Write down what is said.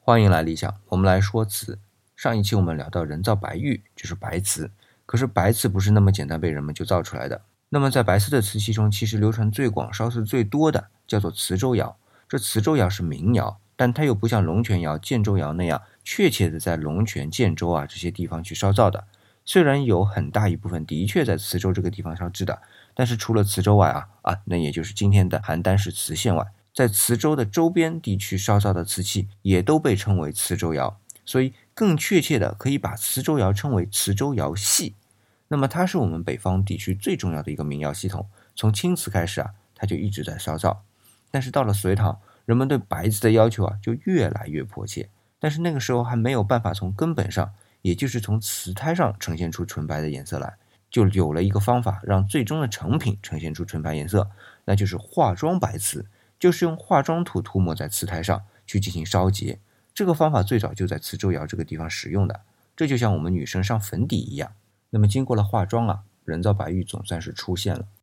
欢迎来理想，我们来说瓷。上一期我们聊到人造白玉，就是白瓷。可是白瓷不是那么简单被人们就造出来的。那么在白色的瓷器中，其实流传最广、烧瓷最多的叫做磁州窑。这磁州窑是民窑，但它又不像龙泉窑、建州窑那样确切的在龙泉、建州这些地方去烧造的。虽然有很大一部分的确在磁州这个地方烧制的，但是除了磁州外那也就是今天的邯郸市磁县外，在磁州的周边地区烧造的瓷器也都被称为磁州窑，所以更确切的可以把磁州窑称为磁州窑系。那么它是我们北方地区最重要的一个民窑系统，从清瓷开始它就一直在烧造。但是到了隋唐，人们对白瓷的要求就越来越迫切，但是那个时候还没有办法从根本上，也就是从瓷胎上呈现出纯白的颜色来，就有了一个方法让最终的成品呈现出纯白颜色，那就是化妆白瓷，就是用化妆土涂抹在瓷胎上去进行烧结。这个方法最早就在磁州窑这个地方使用的，这就像我们女生上粉底一样。那么经过了化妆人造白玉总算是出现了。